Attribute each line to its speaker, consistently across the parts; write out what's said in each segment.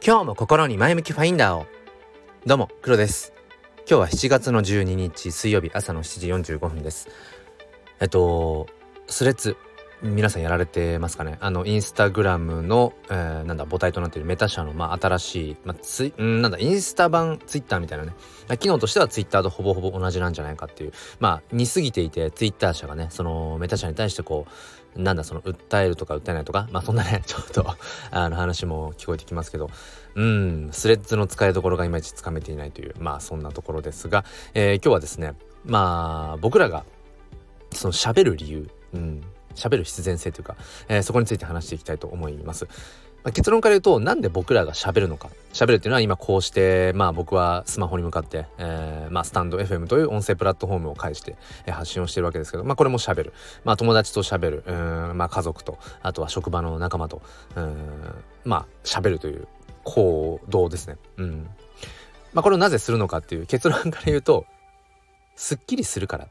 Speaker 1: 今日も心に前向きファインダーを。どうも黒です。今日は7月の12日水曜日朝の7時45分です。スレッズ皆さんやられてますかね。インスタグラムの、母体となっているメタ社の新しい、インスタ版ツイッターみたいなね、機能としてはツイッターとほぼほぼ同じなんじゃないかっていう似すぎていて、ツイッター社がねそのメタ社に対して訴えるとか訴えないとかそんなねちょっと話も聞こえてきますけど、スレッズの使いどころがいまいちつかめていないというそんなところですが、今日はですね僕らがその喋る理由、喋る必然性というか、そこについて話していきたいと思います。結論から言うと、なんで僕らが喋るのか。喋るっていうのは今こうして僕はスマホに向かって、スタンド FM という音声プラットフォームを介して、発信をしているわけですけど、これも喋る。友達と喋る、家族と、あとは職場の仲間と喋るという行動ですね。これをなぜするのかっていう結論から言うと、すっきりするから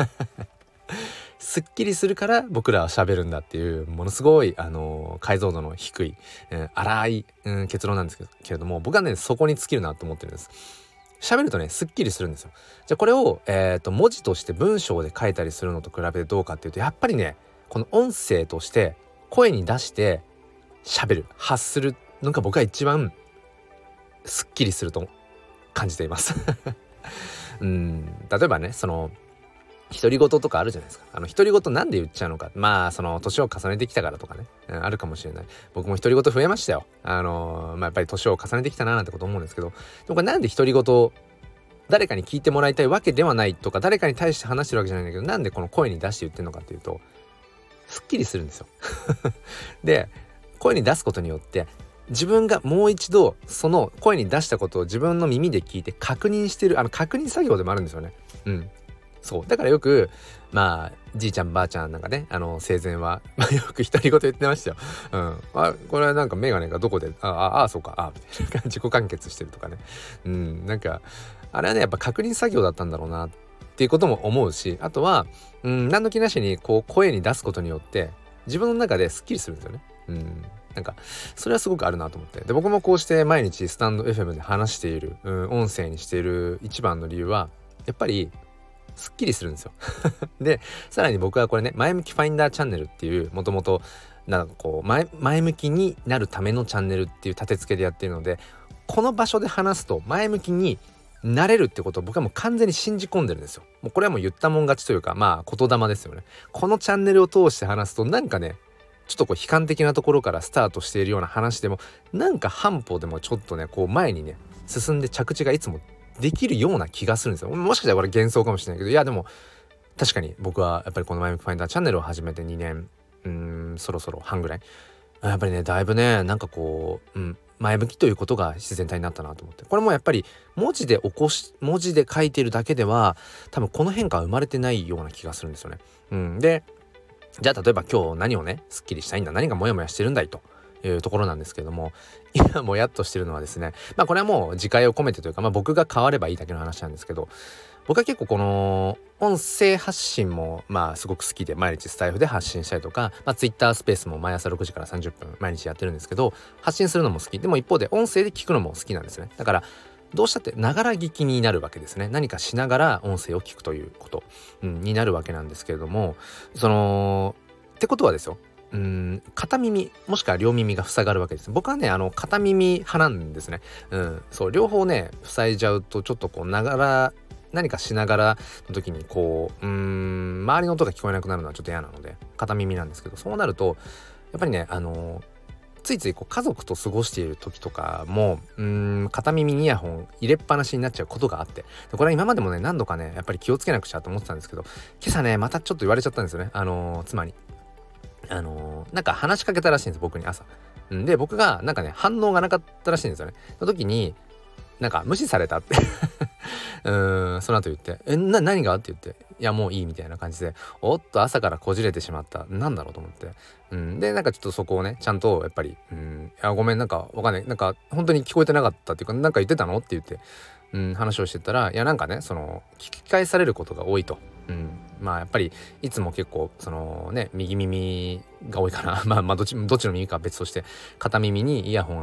Speaker 1: すっきりするから僕らは喋るんだっていう、ものすごい解像度の低い、荒い、結論なんですけれども、僕はねそこに尽きるなと思ってるんです。喋るとねすっきりするんですよ。じゃあこれを、文字として文章で書いたりするのと比べてどうかっていうと、やっぱりねこの音声として声に出して喋る、発するのが僕は一番すっきりすると感じています例えばね独り言とかあるじゃないですか。独り言なんで言っちゃうのか、年を重ねてきたからとかね、あるかもしれない。僕も独り言増えましたよ。やっぱり年を重ねてきたななんてこと思うんですけど、でもこれなんで独り言誰かに聞いてもらいたいわけではないとか、誰かに対して話してるわけじゃないんだけど、なんでこの声に出して言ってるのかっていうと、すっきりするんですよで、声に出すことによって自分がもう一度その声に出したことを自分の耳で聞いて確認してる、確認作業でもあるんですよね。そうだからよくじいちゃんばあちゃんなんかね、生前はよく独り言言ってましたよ。これはなんかメガネがどこでそうかみたいな自己完結してるとかね。あれはねやっぱ確認作業だったんだろうなっていうことも思うし、あとは何の気なしにこう声に出すことによって自分の中ですっきりするんですよね。それはすごくあるなと思って、で僕もこうして毎日スタンド FM で話している、音声にしている一番の理由はやっぱりすっきりするんですよでさらに僕はこれね、前向きファインダーチャンネルっていう、もともと前向きになるためのチャンネルっていう立て付けでやっているので、この場所で話すと前向きになれるってことを僕はもう完全に信じ込んでるんですよ。もうこれはもう言ったもん勝ちというか言霊ですよね。このチャンネルを通して話すとなんかね、ちょっと悲観的なところからスタートしているような話でも、なんか半歩でもちょっとね前にね進んで着地がいつもできるような気がするんですよ。もしかしたらこれ幻想かもしれないけど、いやでも確かに僕はやっぱりこの前向きファインダーチャンネルを始めて2年そろそろ半ぐらい、やっぱりねだいぶね前向きということが自然体になったなと思って、これもやっぱり文字で書いているだけでは多分この変化は生まれてないような気がするんですよね。でじゃあ例えば今日何をねすっきりしたいんだ、何がモヤモヤしてるんだいというところなんですけれども、今もやっとしてるのはですね、これはもう自戒を込めてというか、僕が変わればいいだけの話なんですけど、僕は結構この音声発信もすごく好きで、毎日スタイフで発信したりとか、ツイッタースペースも毎朝6時から30分毎日やってるんですけど、発信するのも好きでも一方で音声で聞くのも好きなんですね。だからどうしたってながら聞きになるわけですね。何かしながら音声を聞くということ、になるわけなんですけれども、ってことはですよ、片耳もしくは両耳が塞がるわけです。僕はね片耳派なんですね。そう両方ね塞いじゃうとちょっと何かしながらの時に周りの音が聞こえなくなるのはちょっと嫌なので片耳なんですけど、そうなるとやっぱりねついつい家族と過ごしている時とかも片耳にイヤホン入れっぱなしになっちゃうことがあって、これは今までもね何度かねやっぱり気をつけなくちゃと思ってたんですけど、今朝ねまたちょっと言われちゃったんですよね、妻に。なんか話しかけたらしいんです僕に朝。で僕がなんかね反応がなかったらしいんですよね。その時になんか無視されたってその後言って何がって言って、いやもういいみたいな感じで、おっと朝からこじれてしまった、なんだろうと思って、でなんかちょっとそこをねちゃんとやっぱりいやごめんなんかわかんない、なんか本当に聞こえてなかったっていうか、なんか言ってたのって言って、話をしてたら、いやなんかね聞き返されることが多いと。やっぱりいつも結構右耳が多いかなどっちの耳かは別として片耳にイヤホン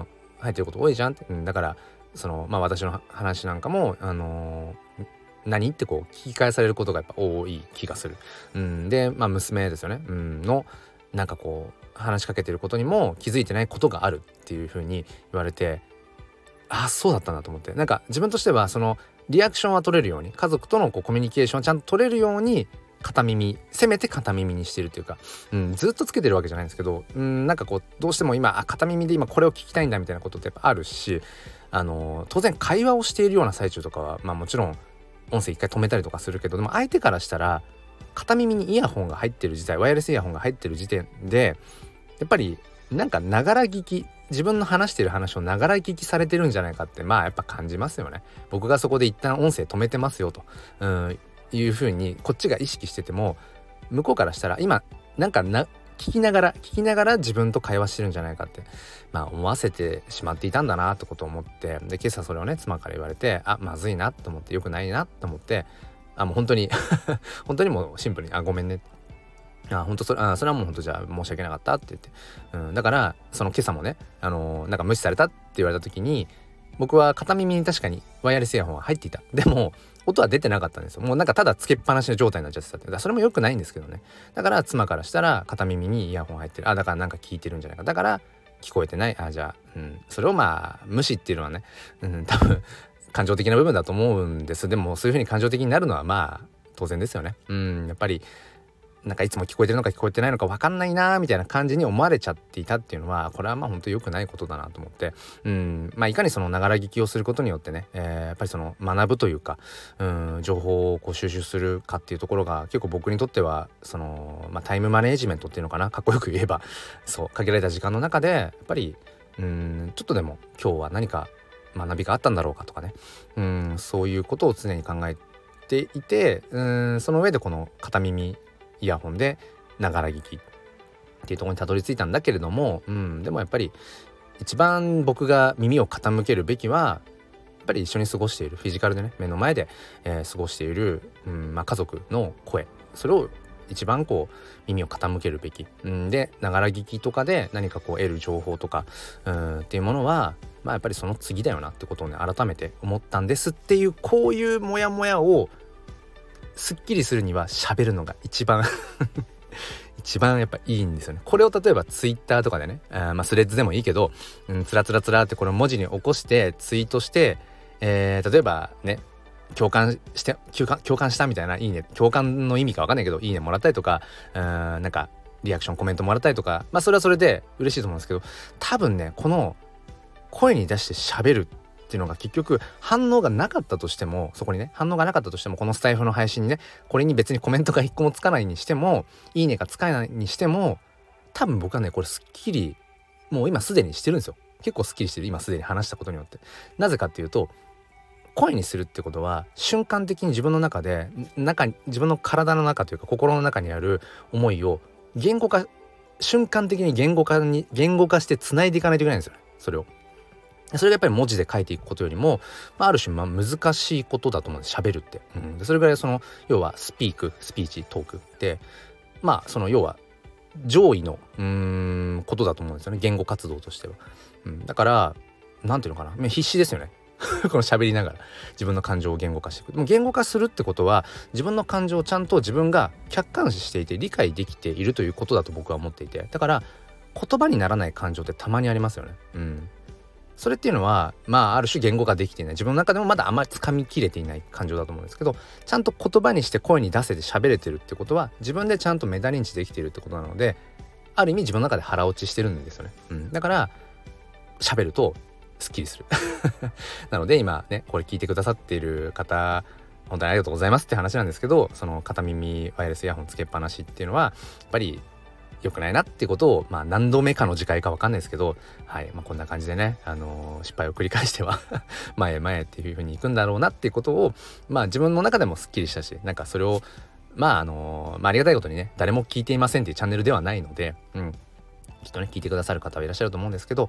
Speaker 1: 入ってること多いじゃんって、だから私の話なんかも何ってこう聞き返されることがやっぱ多い気がする。で娘ですよね、のなんかこう話しかけてることにも気づいてないことがあるっていう風に言われて、そうだったんだと思って、なんか自分としてはリアクションは取れるように、家族とのこうコミュニケーションをちゃんと取れるようにせめて片耳にしてるっていうか、ずっとつけてるわけじゃないんですけど、なんかこうどうしても今片耳で今これを聞きたいんだみたいなことってやっぱあるし、当然会話をしているような最中とかはもちろん音声一回止めたりとかするけど、でも相手からしたら片耳にイヤホンが入ってる時点、ワイヤレスイヤホンが入ってる時点でやっぱりなんかながら聞き、自分の話してる話をながら聞きされてるんじゃないかってやっぱ感じますよね。僕がそこで一旦音声止めてますよという風にこっちが意識してても、向こうからしたら今聞きながら自分と会話してるんじゃないかって思わせてしまっていたんだなってことを思って、で今朝それをね妻から言われて、まずいなと思って、よくないなと思って、もう本当に本当にもうシンプルにごめんね、本当それはもう本当じゃあ申し訳なかったって言って、だから今朝もねなんか無視されたって言われた時に、僕は片耳に確かにワイヤレスイヤホンは入っていた。でも音は出てなかったんですよ。もうなんかただつけっぱなしの状態になっちゃってたって。それも良くないんですけどね。だから妻からしたら片耳にイヤホン入ってる。だからなんか聞いてるんじゃないか。だから聞こえてない。じゃあ、それを無視っていうのはね、多分感情的な部分だと思うんです。でもそういう風に感情的になるのは当然ですよね。やっぱりなんかいつも聞こえてるのか聞こえてないのか分かんないなみたいな感じに思われちゃっていたっていうのは、これは本当良くないことだなと思って、いかにながら聞きをすることによってね、やっぱり学ぶというか、情報をこう収集するかっていうところが結構僕にとってはタイムマネージメントっていうのかな、かっこよく言えば限られた時間の中でやっぱりちょっとでも今日は何か学びがあったんだろうかとかね、そういうことを常に考えていて、その上でこの片耳イヤホンでながら聞きっていうところにたどり着いたんだけれども、でもやっぱり一番僕が耳を傾けるべきはやっぱり一緒に過ごしている、フィジカルでね目の前で、過ごしている、家族の声、それを一番こう耳を傾けるべき、でながら聞きとかで何かこう得る情報とかっていうものはやっぱりその次だよなってことをね改めて思ったんですっていう、こういうモヤモヤをすっきりするには喋るのが一番一番やっぱいいんですよね。これを例えばツイッターとかでね、スレッズでもいいけど、つらつらつらってこれを文字に起こしてツイートして、例えばね共感したみたいな、いいね、共感の意味か分かんないけどいいねもらったりとか、なんかリアクションコメントもらったりとか、それはそれで嬉しいと思うんですけど、多分ねこの声に出して喋るっていうのが結局反応がなかったとしても、そこにね反応がなかったとしても、このスタイフの配信にねこれに別にコメントが一個もつかないにしても、いいねがつかないにしても、多分僕はねこれすっきりもう今すでにしてるんですよ。結構すっきりしてる、今すでに話したことによって。なぜかっていうと、声にするってことは瞬間的に自分の中で自分の体の中というか心の中にある思いを瞬間的に言語化して繋いでいかないといけないんですよね。それがやっぱり文字で書いていくことよりも、ある種難しいことだと思うんです、喋るって。でそれぐらい要はスピーチトークって要は上位のことだと思うんですよね、言語活動としては。だからなんていうのかな、必死ですよねこの喋りながら自分の感情を言語化していく。でも言語化するってことは自分の感情をちゃんと自分が客観視していて理解できているということだと僕は思っていて、だから言葉にならない感情ってたまにありますよね。それっていうのはある種言語化できていない、自分の中でもまだあまり掴みきれていない感情だと思うんですけど、ちゃんと言葉にして声に出せて喋れてるってことは自分でちゃんとメタ認知できているってことなので、ある意味自分の中で腹落ちしてるんですよね。だから喋るとすっきりするなので今ねこれ聞いてくださっている方、本当にありがとうございますって話なんですけど、その片耳ワイヤレスイヤホンつけっぱなしっていうのはやっぱり良くないなっていうことを何度目かの次回か分かんないですけど、こんな感じでね、失敗を繰り返しては前へ前へっていう風にいくんだろうなっていうことを自分の中でもすっきりしたし、なんかそれをありがたいことにね誰も聞いていませんっていうチャンネルではないので、きっとね聞いてくださる方はいらっしゃると思うんですけど、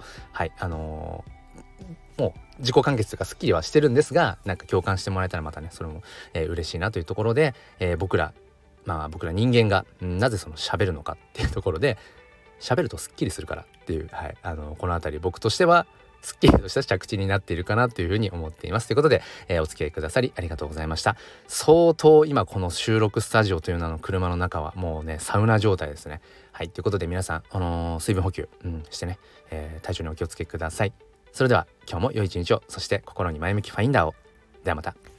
Speaker 1: もう自己完結というかすっきりはしてるんですが、なんか共感してもらえたらまたねそれも、嬉しいなというところで、僕ら人間がなぜ喋るのかっていうところで、喋るとすっきりするからっていう、このあたり僕としてはすっきりとした着地になっているかなというふうに思っています。ということで、お付き合いくださりありがとうございました。相当今この収録スタジオという名の車の中はもうねサウナ状態ですね。はい、ということで皆さん、水分補給、してね、体調にお気をつけください。それでは今日も良い一日を、そして心に前向きファインダーを。ではまた。